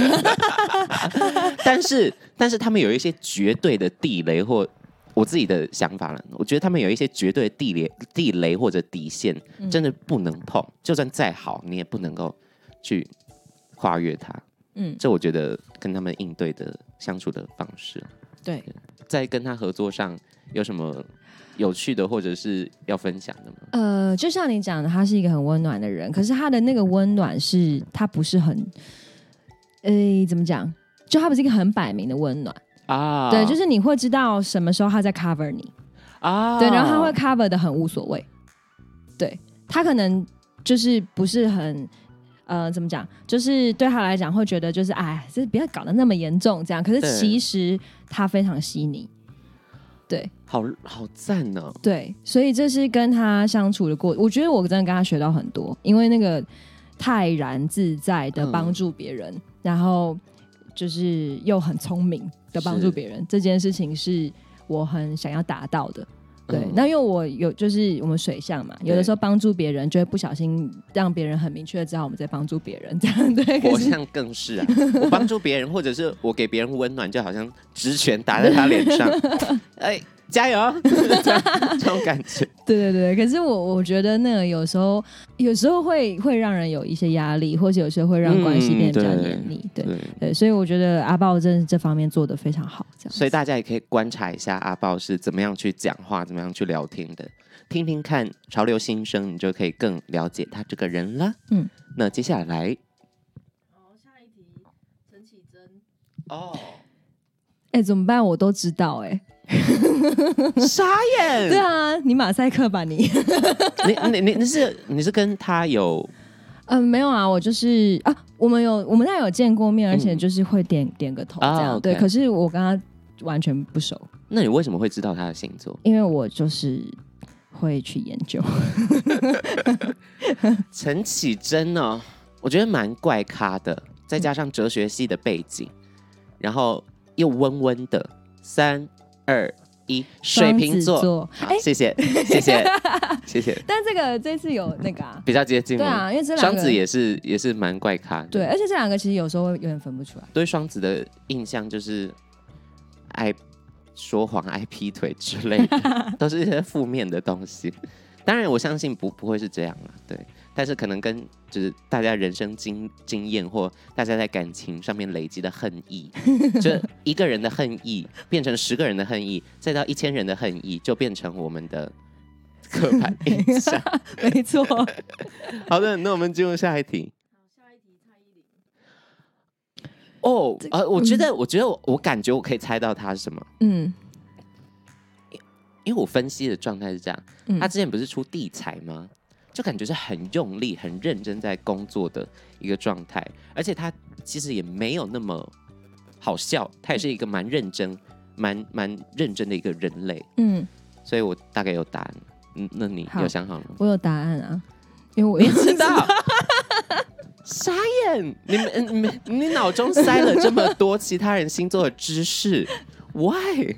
但是他们有一些绝对的地雷，或我自己的想法了，我觉得他们有一些绝对的地雷或者底线，真的不能碰，就算再好，你也不能够去跨越它。这我觉得跟他们应对的相处的方式。 对， 在跟他合作上有什么有趣的或者是要分享的吗？ 就像你讲的，他是一个很温暖的人，可是他的那个温暖是他不是很，怎么讲？就他不是一个很摆明的温暖啊。对，就是你会知道什么时候他在 cover 你啊，对，然后他会 cover 的很无所谓。对，他可能就是不是很。怎么讲？就是对他来讲，会觉得就是哎，这不要搞得那么严重，这样。可是其实他非常细腻，对， 好赞哦。 对，所以这是跟他相处的过，我觉得我真的跟他学到很多，因为那个泰然自在的帮助别人，然后就是又很聪明的帮助别人，这件事情是我很想要达到的。对，那因为我有就是我们水象嘛，有的时候帮助别人就会不小心让别人很明确的知道我们在帮助别人，这样对。 火象更是啊，我帮助别人或者是我给别人温暖，就好像直拳打在他脸上，哎，加油，这种感觉。 对对对，可是我觉得那个有时候会让人有一些压力，或者有时候会让关系变得比较黏腻。对，所以我觉得阿豹真的这方面做得非常好。这样， 所以大家也可以观察一下阿豹是怎么样去讲话，怎么样去聊天的，听听看潮流新声，你就可以更了解他这个人了。那接下来， 下一题，陈绮贞。 怎么办？我都知道傻眼。 对啊，你马赛克吧你。 你是跟他有？ 没有啊，我就是啊，我们那有见过面，而且就是会点个头这样。对，可是我跟他完全不熟。 那你为什么会知道他的星座？ 因为我就是会去研究。 陈绮贞呢，我觉得蛮怪咖的，再加上哲学系的背景，然后又温温的。3、2、1，水瓶座。好，谢谢。 但这次有那个比较接近。 对啊，因为这两个双子也是蛮怪咖的。 对，而且这两个其实有时候会有点分不出来。 对双子的印象就是爱说谎、爱劈腿之类的，都是一些负面的东西。当然，我相信不会是这样啦，对。但是可能跟就是大家人生经验或大家在感情上面累积的恨意，就一个人的恨意变成10个人的恨意，再到1000人的恨意，就变成我们的刻板印象。 没错。 好的，那我们进入下一题。 下一题，蔡依林。 我觉得我感觉我可以猜到他是什么。因为我分析的状态是这样，他之前不是出地才吗？就感觉是很用力、很认真在工作的一个状态，而且他其实也没有那么好笑，他也是一个蛮认真、蛮认真的一个人类。所以我大概有答案。那你有想好了吗？ 我有答案啊，因为我也知道。 傻眼！你脑中塞了这么多其他人星座的知识 ，Why？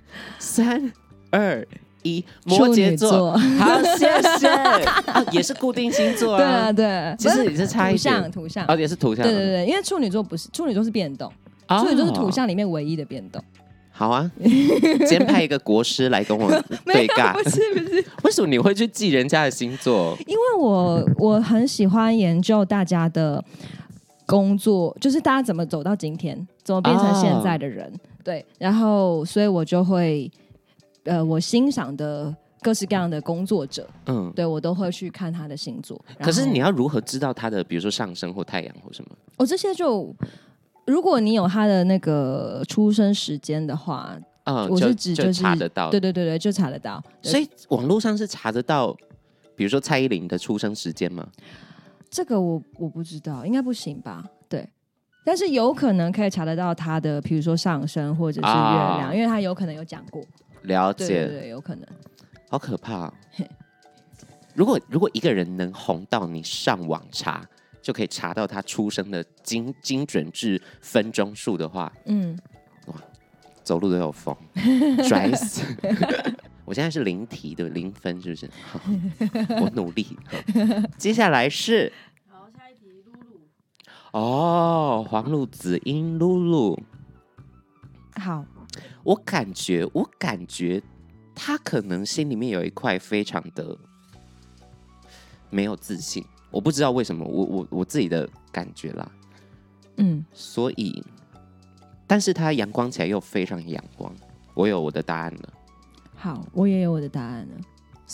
3、2、1，摩羯座。好，谢谢。也是固定星座啊。 对啊， 其实也是差一点。 图像。 也是图像。 对，因为处女座不是，处女座是变动，处女座是图像里面唯一的变动。 好啊，今天派一个国师来跟我对尬。 不是， 为什么你会去记人家的星座？ 因为我很喜欢研究大家的工作，就是大家怎么走到今天，怎么变成现在的人。对，然后所以我就会我欣赏的各式各样的工作者，对我都会去看他的星座。 可是你要如何知道他的，比如说上升或太阳或什么？ 这些就。如果你有他的那个出生时间的话，我是指就是查得到， 对，就查得到。 所以网络上是查得到，比如说蔡依林的出生时间吗？ 这个我不知道，应该不行吧？对，但是有可能可以查得到他的，比如说上升或者是月亮，因为他有可能有讲过。 了解， 对，有可能。 好可怕。如果一个人能红到你上网查。就可以查到他出生的精准至分钟数的话，哇，走路都有风，拽死！我现在是0题的0分，是不是？我努力。接下来是， 好，下一题，露露。黄露、子英、露露。 好， 我感觉他可能心里面有一块非常的没有自信。我不知道为什么，我自己的感觉啦，所以，但是他阳光起来又非常阳光，我有我的答案了。 好，我也有我的答案了。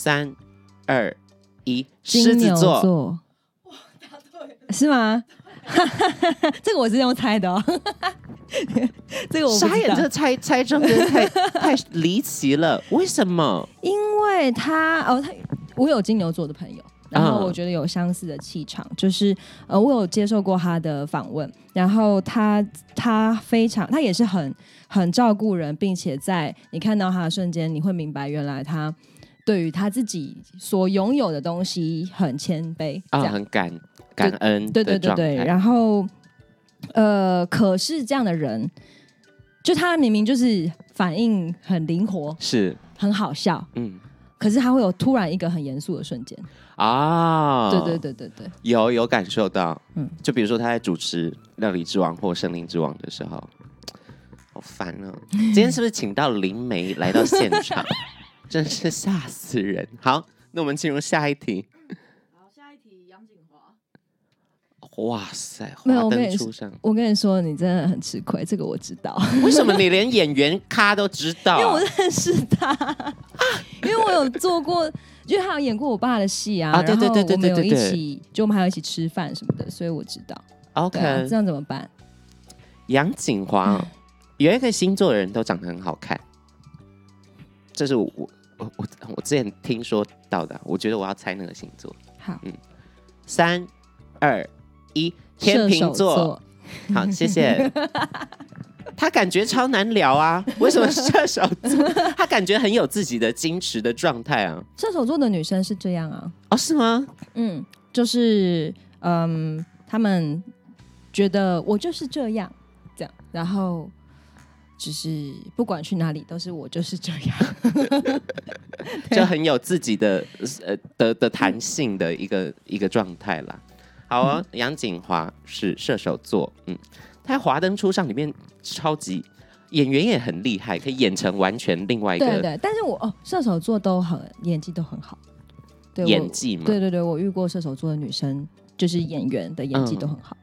3、2、1，狮子座。 哇，答对了， 是吗？这个我是用猜的哦。这个我不知道。 傻眼，这个猜中真的太离奇了，为什么？ 因为我有金牛座的朋友。然后我觉得有相似的气场，就是我有接受过他的访问，然后他也是很照顾人，并且在你看到他的瞬间，你会明白原来他对于他自己所拥有的东西很谦卑很感感恩的状态。 对，然后可是这样的人，就他明明就是反应很灵活， 是很好笑，可是他会有突然一个很严肃的瞬间啊！对， 有感受到，就比如说他在主持《料理之王》或《森林之王》的时候，好烦哦！今天是不是请到灵媒来到现场？真是吓死人！好，那我们进入下一题。 好，下一题，杨谨华。 哇塞，华灯初上！ 我跟你说，你真的很吃亏，这个我知道。 为什么你连演员咖都知道？ 因为我认识他，因为我有做过，就是他有演过我爸的戏啊。 对， 我们有一起，就我们还有一起吃饭什么的，所以我知道。 OK， 这样怎么办？ 杨谨华有一个星座的人都长得很好看，这是我之前听说到的，我觉得我要猜那个星座。 好 ，3、2、1，天秤座。好，谢谢。他感觉超难聊啊，为什么射手座？他感觉很有自己的矜持的状态啊。 射手座的女生是这样啊？ 哦，是吗？ 就是他们觉得我就是这样，然后。就是不管去哪里都是我就是这样， 就很有自己的弹性的一个状态啦。好哦，杨谨华是射手座，他在《华灯初上》里面超级演员也很厉害，可以演成完全另外一个。 对，但是射手座都演技都很好，对演技嘛。 对，我遇过射手座的女生，就是演员的演技都很好。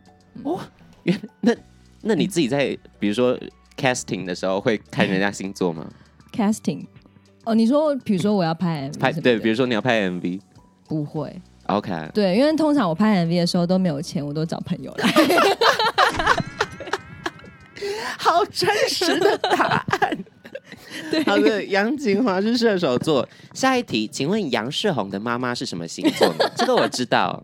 那你自己在比如说casting 的时候会看人家星座吗 ？casting 你说比如说我要拍 MV， 对，比如说你要拍 MV， 不会。 OK， 对，因为通常我拍 MV 的时候都没有钱，我都找朋友来。 好真实的答案。对，好的，杨谨华是射手座。下一题，请问杨世宏的妈妈是什么星座呢？这个我知道。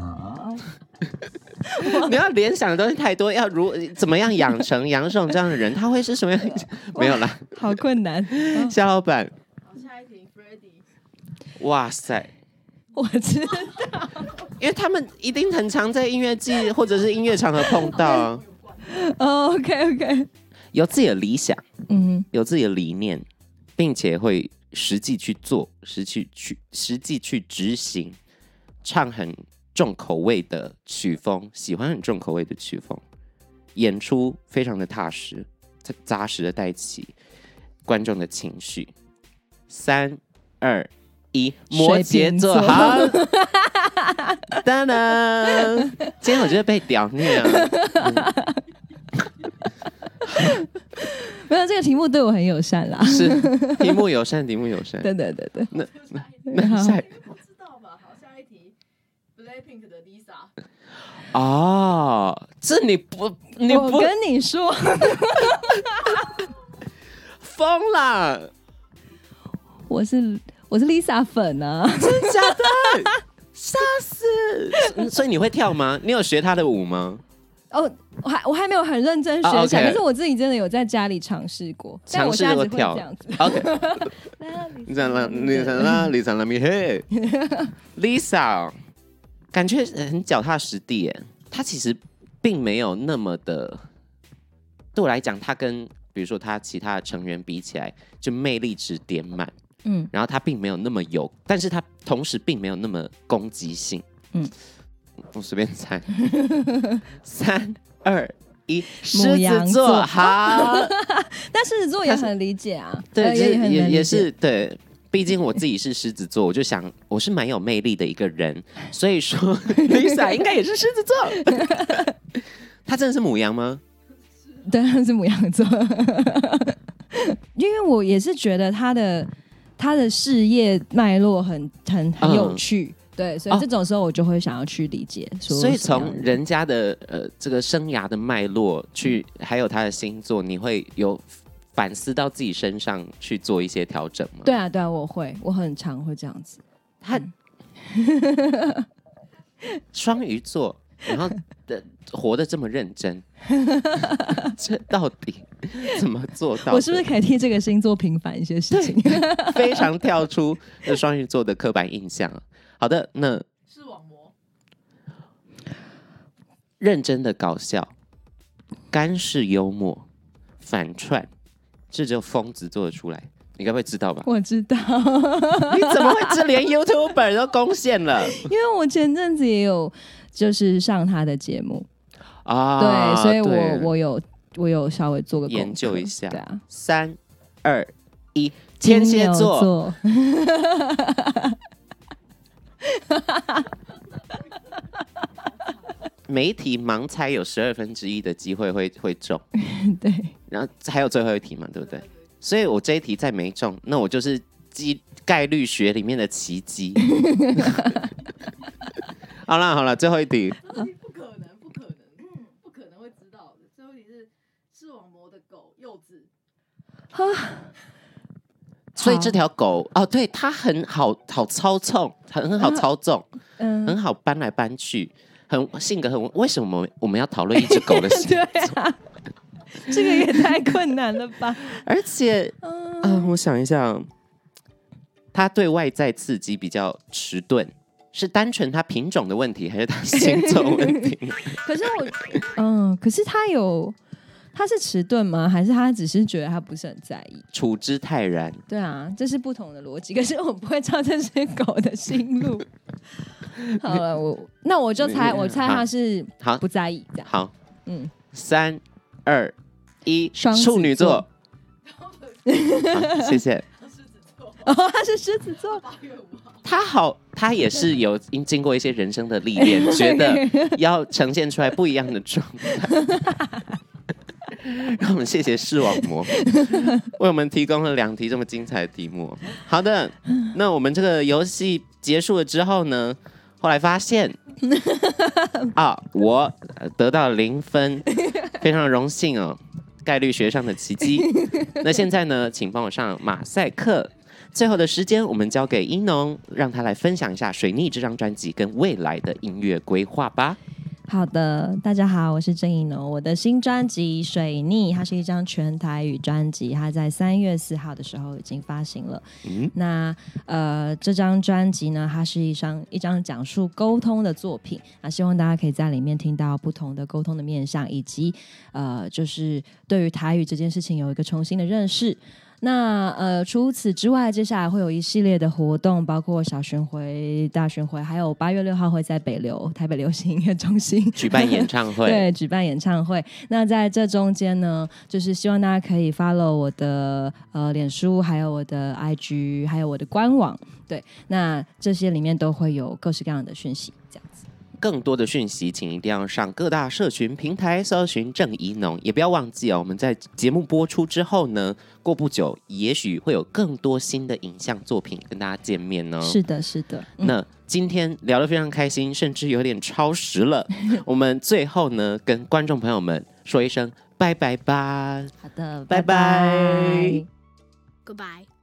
你要联想的东西太多，要怎么样养成杨世宏这样的人？他会是什么样？没有啦， 好困难。 夏老板， 好，下一题 ，Freddie。 哇塞， 我知道， 因为他们一定很常在音乐季或者是音乐场合碰到啊。 OK， 有自己的理想，有自己的理念，并且会实际去做，实际去执行，唱很重口味的曲风，喜欢很重口味的曲风，演出非常的踏实，扎实的带起观众的情绪。3、2、1，摩羯座，好，当当，今天我觉得被屌虐啊。 没有，这个题目对我很友善啦。 是，题目友善。对。那下我知道吧？好，下一题 ，Blackpink 的 Lisa。 这你不， 我跟你说， 疯了！ 我是 Lisa 粉啊， 真的假的？吓死！所以你会跳吗？你有学她的舞吗？ 我还没有很认真学起来，可是我自己真的有在家里尝试过，但我现在只会这样子。 OK， Lisa， 感觉很脚踏实地耶。她其实并没有那么的，对我来讲，她跟比如说她其他的成员比起来，就魅力值点满。然后她并没有那么有，但是她同时并没有那么攻击性。我随便猜，3、2、1，狮子座，好。 但狮子座也很理解啊， 对，也是对。毕竟我自己是狮子座，我就想我是蛮有魅力的一个人，所以说 Lisa 应该也是狮子座。她真的是牡羊吗？ 对，她是牡羊座。因为我也是觉得她的事业脉络很有趣。对，所以这种时候我就会想要去理解， 所以从人家的这个生涯的脉络去，还有他的星座，你会有反思到自己身上去做一些调整吗？ 对啊，我很常会这样子。 他双鱼座，然后活得这么认真，这到底怎么做到的？ 我是不是可以替这个星座平反一些事情？ 非常跳出双鱼座的刻板印象。好的，那视网膜。 认真的搞笑，干式幽默，反串，这只有疯子做得出来。你该不会知道吧？ 我知道。 你怎么会连 YouTuber 都攻陷了？ 因为我前阵子也有就是上他的节目啊，对，所以我有稍微做个研究一下。 对啊 ，3、2、1，天蝎座。每一题盲猜有1/12的机会会中， 对， 然后还有最后一题嘛，对不对？所以我这一题再没中，那我就是概率学里面的奇迹。好了，最后一题。 不可能会知道的。最后一题是视网膜的狗柚子。 所以这条狗哦，对，它很好操纵，很好操纵，很好搬来搬去，性格很。为什么我们要讨论一只狗的性格？ 对啊，这个也太困难了吧！ 而且，我想一下，它对外在刺激比较迟钝，是单纯它品种的问题，还是它星座问题？ 可是他是迟钝吗？还是他只是觉得他不是很在意？ 处之泰然。 对啊，这是不同的逻辑。可是我不会知道这是狗的心路。好了，我就猜，他是不在意这样。 好，3、2、1，处女座。谢谢。 他是狮子座。 他也是有经过一些人生的历练，觉得要呈现出来不一样的状态。让我们谢谢视网膜为我们提供了2题这么精彩的题目。好的，那我们这个游戏结束了之后呢，后来发现我得到0分，非常荣幸哦，概率学上的奇迹。那现在呢，请帮我上马赛克。最后的时间，我们交给一农，让他来分享一下《水逆》这张专辑跟未来的音乐规划吧。 好的，大家好，我是郑一农。我的新专辑《水逆》，它是一张全台语专辑，它在3月4号的时候已经发行了。那这张专辑呢，它是一张讲述沟通的作品。那希望大家可以在里面听到不同的沟通的面向，以及就是对于台语这件事情有一个重新的认识。那除此之外，接下来会有一系列的活动，包括小巡回、大巡回，还有8月6号会在台北流行音乐中心举办演唱会。 对，举办演唱会。那在这中间呢，就是希望大家可以 follow 我的脸书，还有我的 IG， 还有我的官网。对，那这些里面都会有各式各样的讯息，这样子。 更多的讯息请一定要上各大社群平台搜寻郑宜农，也不要忘记我们在节目播出之后呢，过不久也许会有更多新的影像作品跟大家见面哦。 是的，是的。 那今天聊得非常开心，甚至有点超时了。我们最后呢，跟观众朋友们说一声拜拜吧。 好的， 拜拜。 Goodbye。